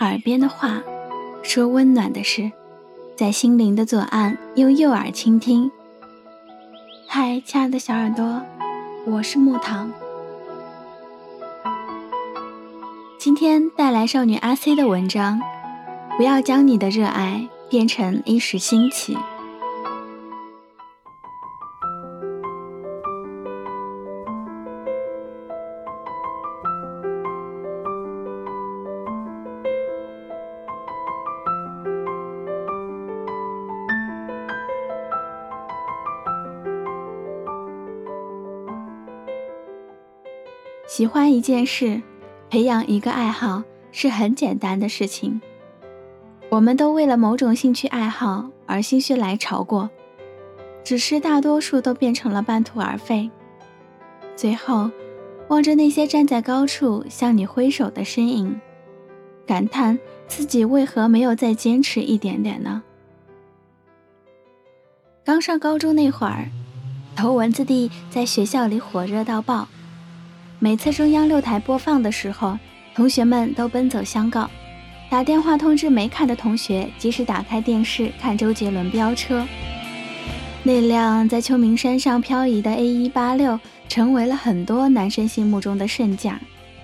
耳边的话，说温暖的事，在心灵的左岸用右耳倾听。嗨，亲爱的小耳朵，我是木糖。今天带来少女阿 C 的文章，不要将你的热爱变成一时兴起。喜欢一件事，培养一个爱好是很简单的事情。我们都为了某种兴趣爱好而心血来潮过，只是大多数都变成了半途而废。最后望着那些站在高处向你挥手的身影，感叹自己为何没有再坚持一点点呢？刚上高中那会儿，头文字 D 在学校里火热到爆，每次中央6台播放的时候，同学们都奔走相告，打电话通知没看的同学及时打开电视看周杰伦飙车。那辆在秋名山上漂移的 A186 成为了很多男生心目中的圣驾。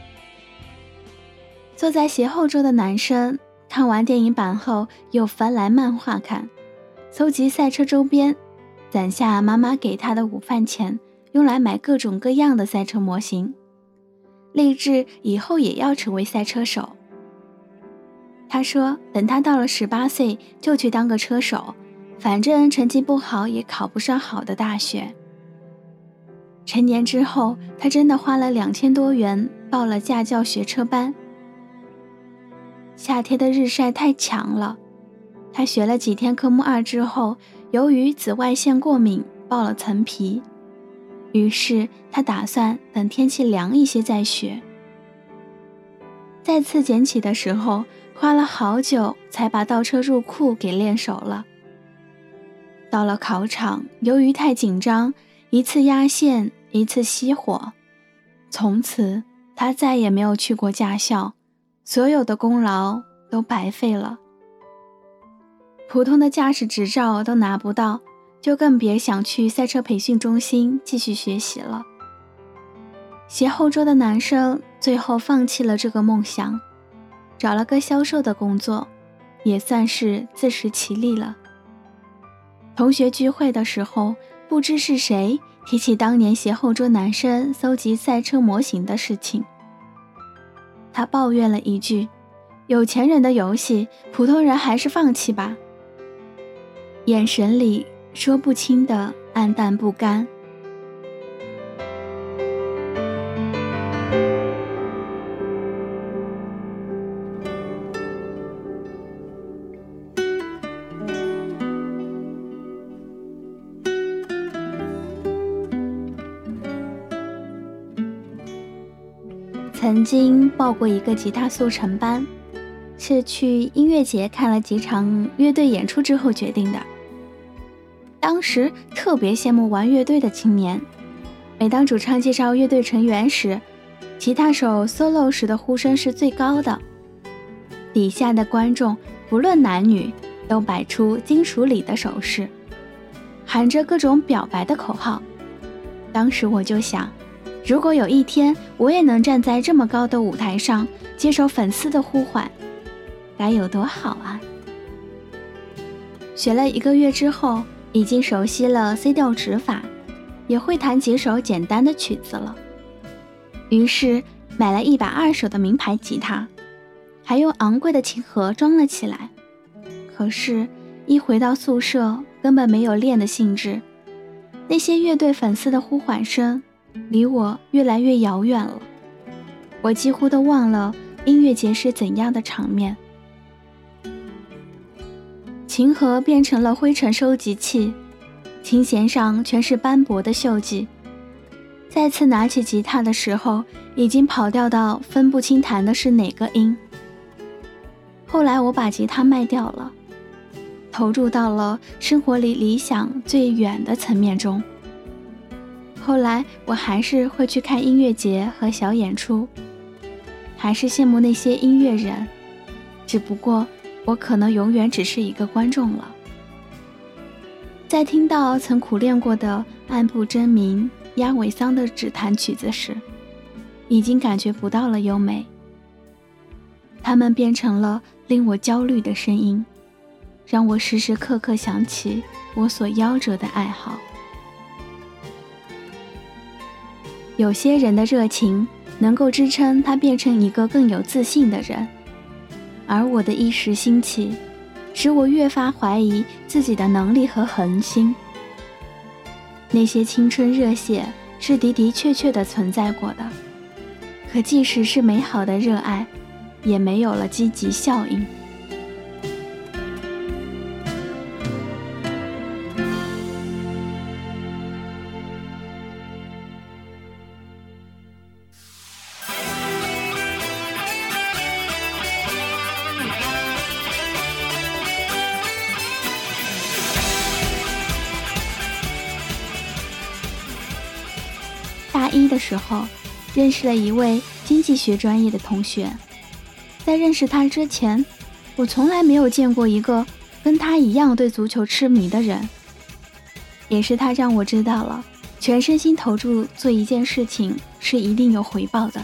坐在斜后桌的男生看完电影版后又翻来漫画看，搜集赛车周边，攒下妈妈给他的午饭钱，用来买各种各样的赛车模型，立志以后也要成为赛车手。他说等他到了18岁就去当个车手，反正成绩不好也考不上好的大学。成年之后，他真的花了2000多元报了驾教学车班。夏天的日晒太强了，他学了几天科目2之后，由于紫外线过敏爆了层皮，于是他打算等天气凉一些再学。再次捡起的时候，花了好久才把倒车入库给练熟了。到了考场，由于太紧张，一次压线，一次熄火，从此他再也没有去过驾校，所有的功劳都白费了。普通的驾驶执照都拿不到，就更别想去赛车培训中心继续学习了。斜后桌的男生最后放弃了这个梦想，找了个销售的工作，也算是自食其力了。同学聚会的时候，不知是谁提起当年斜后桌男生搜集赛车模型的事情。他抱怨了一句：有钱人的游戏，普通人还是放弃吧。眼神里说不清的黯淡不甘。曾经报过一个吉他速成班，是去音乐节看了几场乐队演出之后决定的。当时特别羡慕玩乐队的青年，每当主唱介绍乐队成员时，吉他手 solo 时的呼声是最高的，底下的观众不论男女都摆出金属礼的手势，喊着各种表白的口号。当时我就想，如果有一天我也能站在这么高的舞台上接受粉丝的呼唤，该有多好啊。学了1个月之后，已经熟悉了 C 调指法，也会弹几首简单的曲子了。于是买了1把2手的名牌吉他，还用昂贵的琴盒装了起来。可是一回到宿舍，根本没有练的兴致，那些乐队粉丝的呼唤声离我越来越遥远了，我几乎都忘了音乐节是怎样的场面。琴盒变成了灰尘收集器，琴弦上全是斑驳的锈迹。再次拿起吉他的时候，已经跑调到分不清弹的是哪个音。后来我把吉他卖掉了，投入到了生活里理想最远的层面中。后来我还是会去看音乐节和小演出，还是羡慕那些音乐人， 只不过我可能永远只是一个观众了。在听到曾苦练过的暗部真名鸭尾桑的指弹曲子时，已经感觉不到了优美，它们变成了令我焦虑的声音，让我时时刻刻想起我所夭折的爱好。有些人的热情能够支撑他变成一个更有自信的人，而我的一时兴起使我越发怀疑自己的能力和恒心。那些青春热血是的的确确地存在过的，可即使是美好的热爱，也没有了积极效应。大一的时候，认识了一位经济学专业的同学。在认识他之前，我从来没有见过一个跟他一样对足球痴迷的人。也是他让我知道了，全身心投注做一件事情是一定有回报的。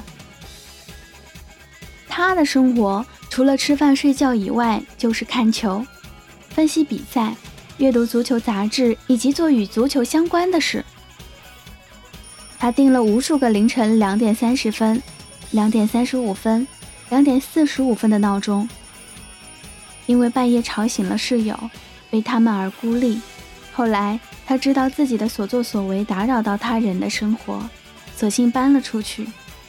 他的生活除了吃饭睡觉以外，就是看球、分析比赛、阅读足球杂志以及做与足球相关的事。他定了无数个凌晨2点30分、2点35分、2点45分的闹钟，因为半夜吵醒了室友，为他们而孤立。后来他知道自己的所作所为打扰到他人的生活，索性搬了出去。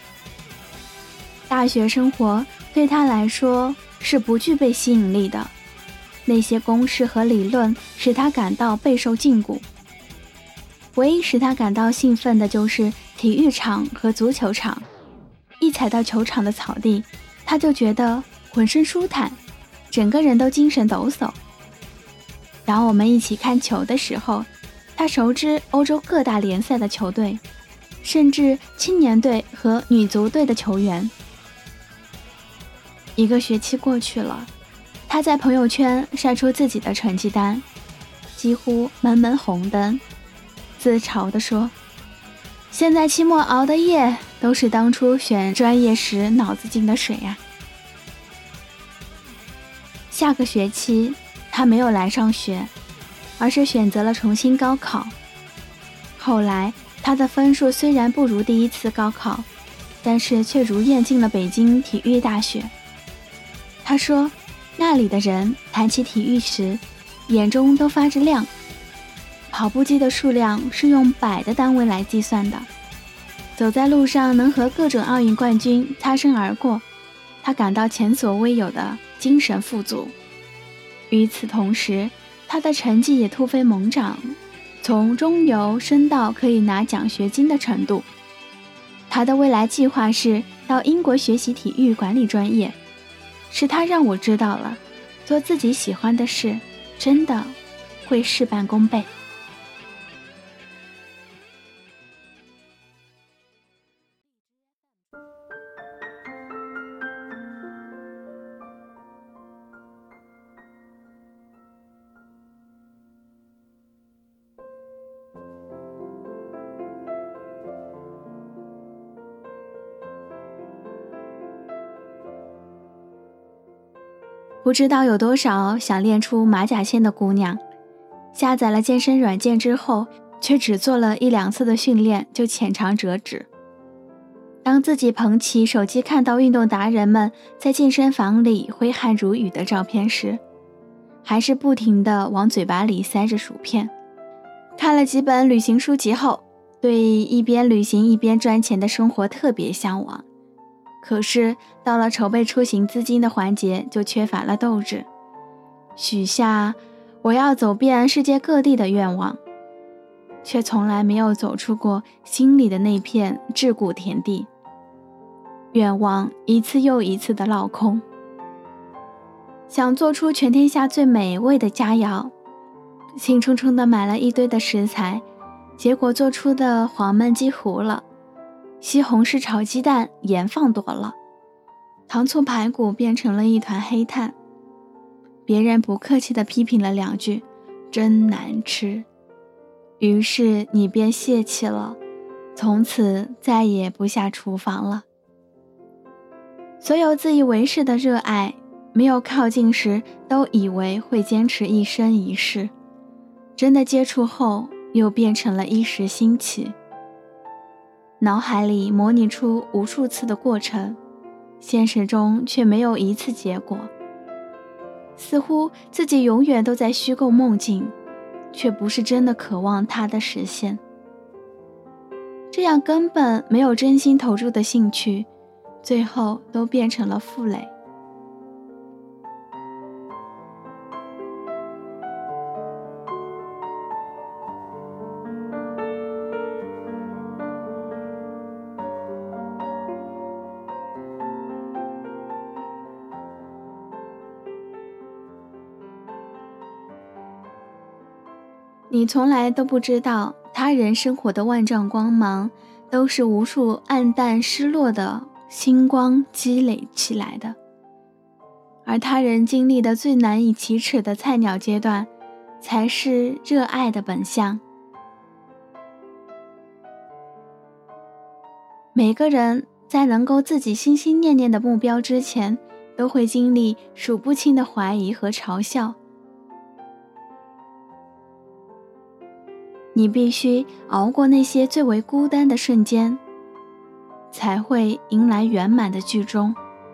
大学生活对他来说是不具备吸引力的，那些公式和理论使他感到备受禁锢。唯一使他感到兴奋的就是体育场和足球场，一踩到球场的草地，他就觉得浑身舒坦，整个人都精神抖擞。当我们一起看球的时候，他熟知欧洲各大联赛的球队，甚至青年队和女足队的球员。1个学期过去了，他在朋友圈晒出自己的成绩单，几乎门门红灯，自嘲地说：现在期末熬的夜都是当初选专业时脑子进的水啊。下个学期他没有来上学，而是选择了重新高考。后来他的分数虽然不如第一次高考，但是却如愿进了北京体育大学。他说那里的人谈起体育时眼中都发着亮，跑步机的数量是用100的单位来计算的，走在路上能和各种奥运冠军擦身而过，他感到前所未有的精神富足。与此同时，他的成绩也突飞猛涨，从中游升到可以拿奖学金的程度。他的未来计划是到英国学习体育管理专业，是他让我知道了，做自己喜欢的事真的会事半功倍。不知道有多少想练出马甲线的姑娘，下载了健身软件之后，却只做了1-2次的训练就浅尝辄止。当自己捧起手机看到运动达人们在健身房里挥汗如雨的照片时，还是不停地往嘴巴里塞着薯片。看了几本旅行书籍后，对一边旅行一边赚钱的生活特别向往。可是到了筹备出行资金的环节，就缺乏了斗志，许下我要走遍世界各地的愿望，却从来没有走出过心里的那片桎梏田地。愿望一次又一次的落空。想做出全天下最美味的佳肴，兴冲冲地买了一堆的食材，结果做出的黄焖鸡糊了，西红柿炒鸡蛋盐放多了， 糖醋排骨变成了一团黑炭，别人不客气地批评了2句，真难吃。于是你便泄气了，从此再也不下厨房了。所有自以为是的热爱，没有靠近时都以为会坚持一生一世，真的接触后又变成了一时兴起。脑海里模拟出无数次的过程，现实中却没有一次结果，似乎自己永远都在虚构梦境，却不是真的渴望它的实现。这样根本没有真心投入的兴趣，最后都变成了负累。你从来都不知道，他人生活的万丈光芒，都是无数暗淡失落的星光积累起来的。而他人经历的最难以启齿的菜鸟阶段，才是热爱的本相。每个人在能够自己心心念念的目标之前，都会经历数不清的怀疑和嘲笑。你必须熬过那些最为孤单的瞬间，才会迎来圆满的剧终。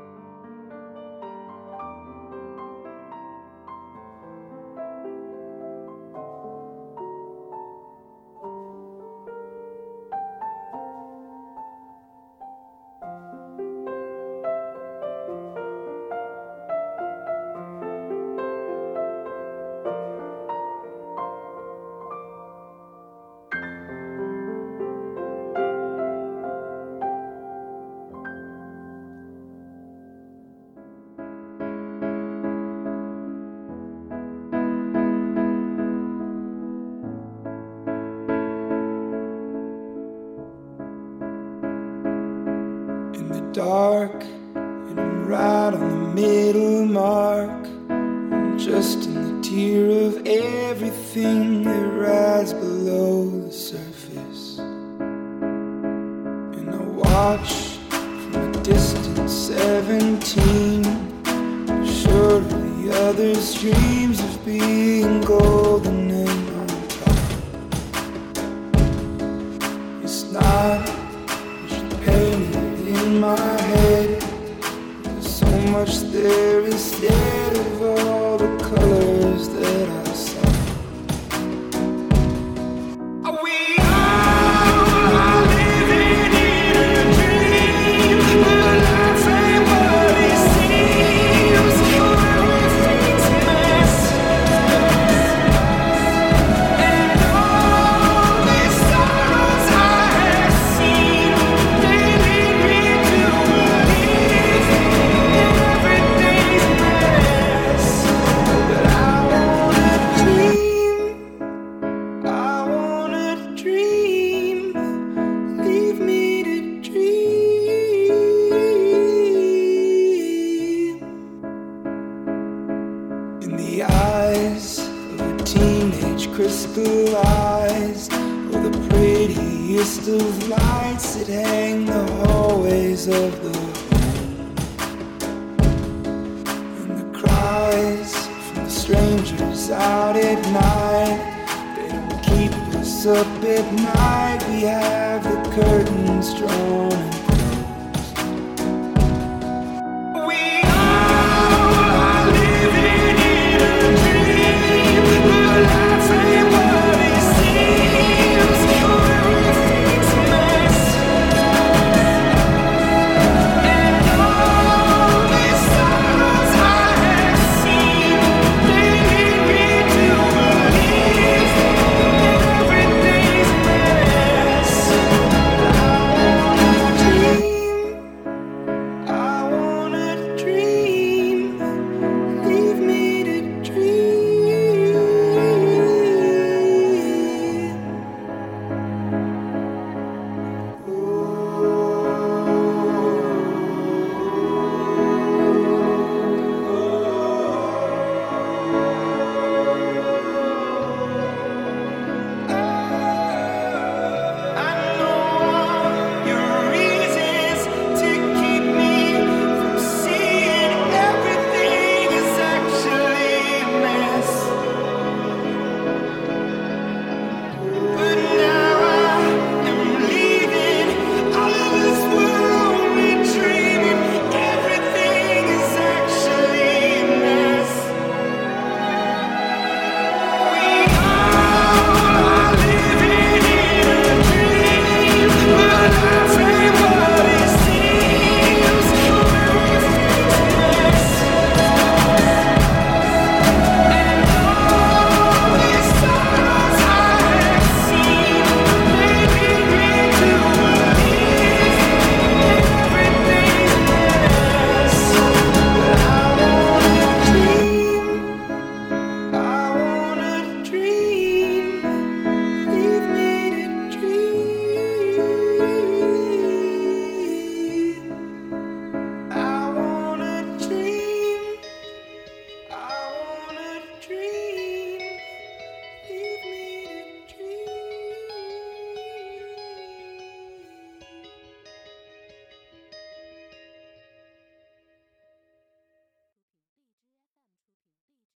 Dark, and I'm right on the middle mark. I'm just in the tier of everything that rides below the surface. And I watch from a distance 17, sure the others' dreams of being golden and on top. It's not in my head, there's so much there instead of all the colors that I saw. Are we all living in a dream? Life ain't what it seems. Everything's a mess, and all these sorrows I have seen, they lead me to believe everything's a mess. But I wanna dream, leave me to dream. In the eyes of a teenage crystallized, oh, the prettiest of lights that hang the hallways of the home. And the cries from the strangers out at night, they don't keep us up at night. We have the curtains drawn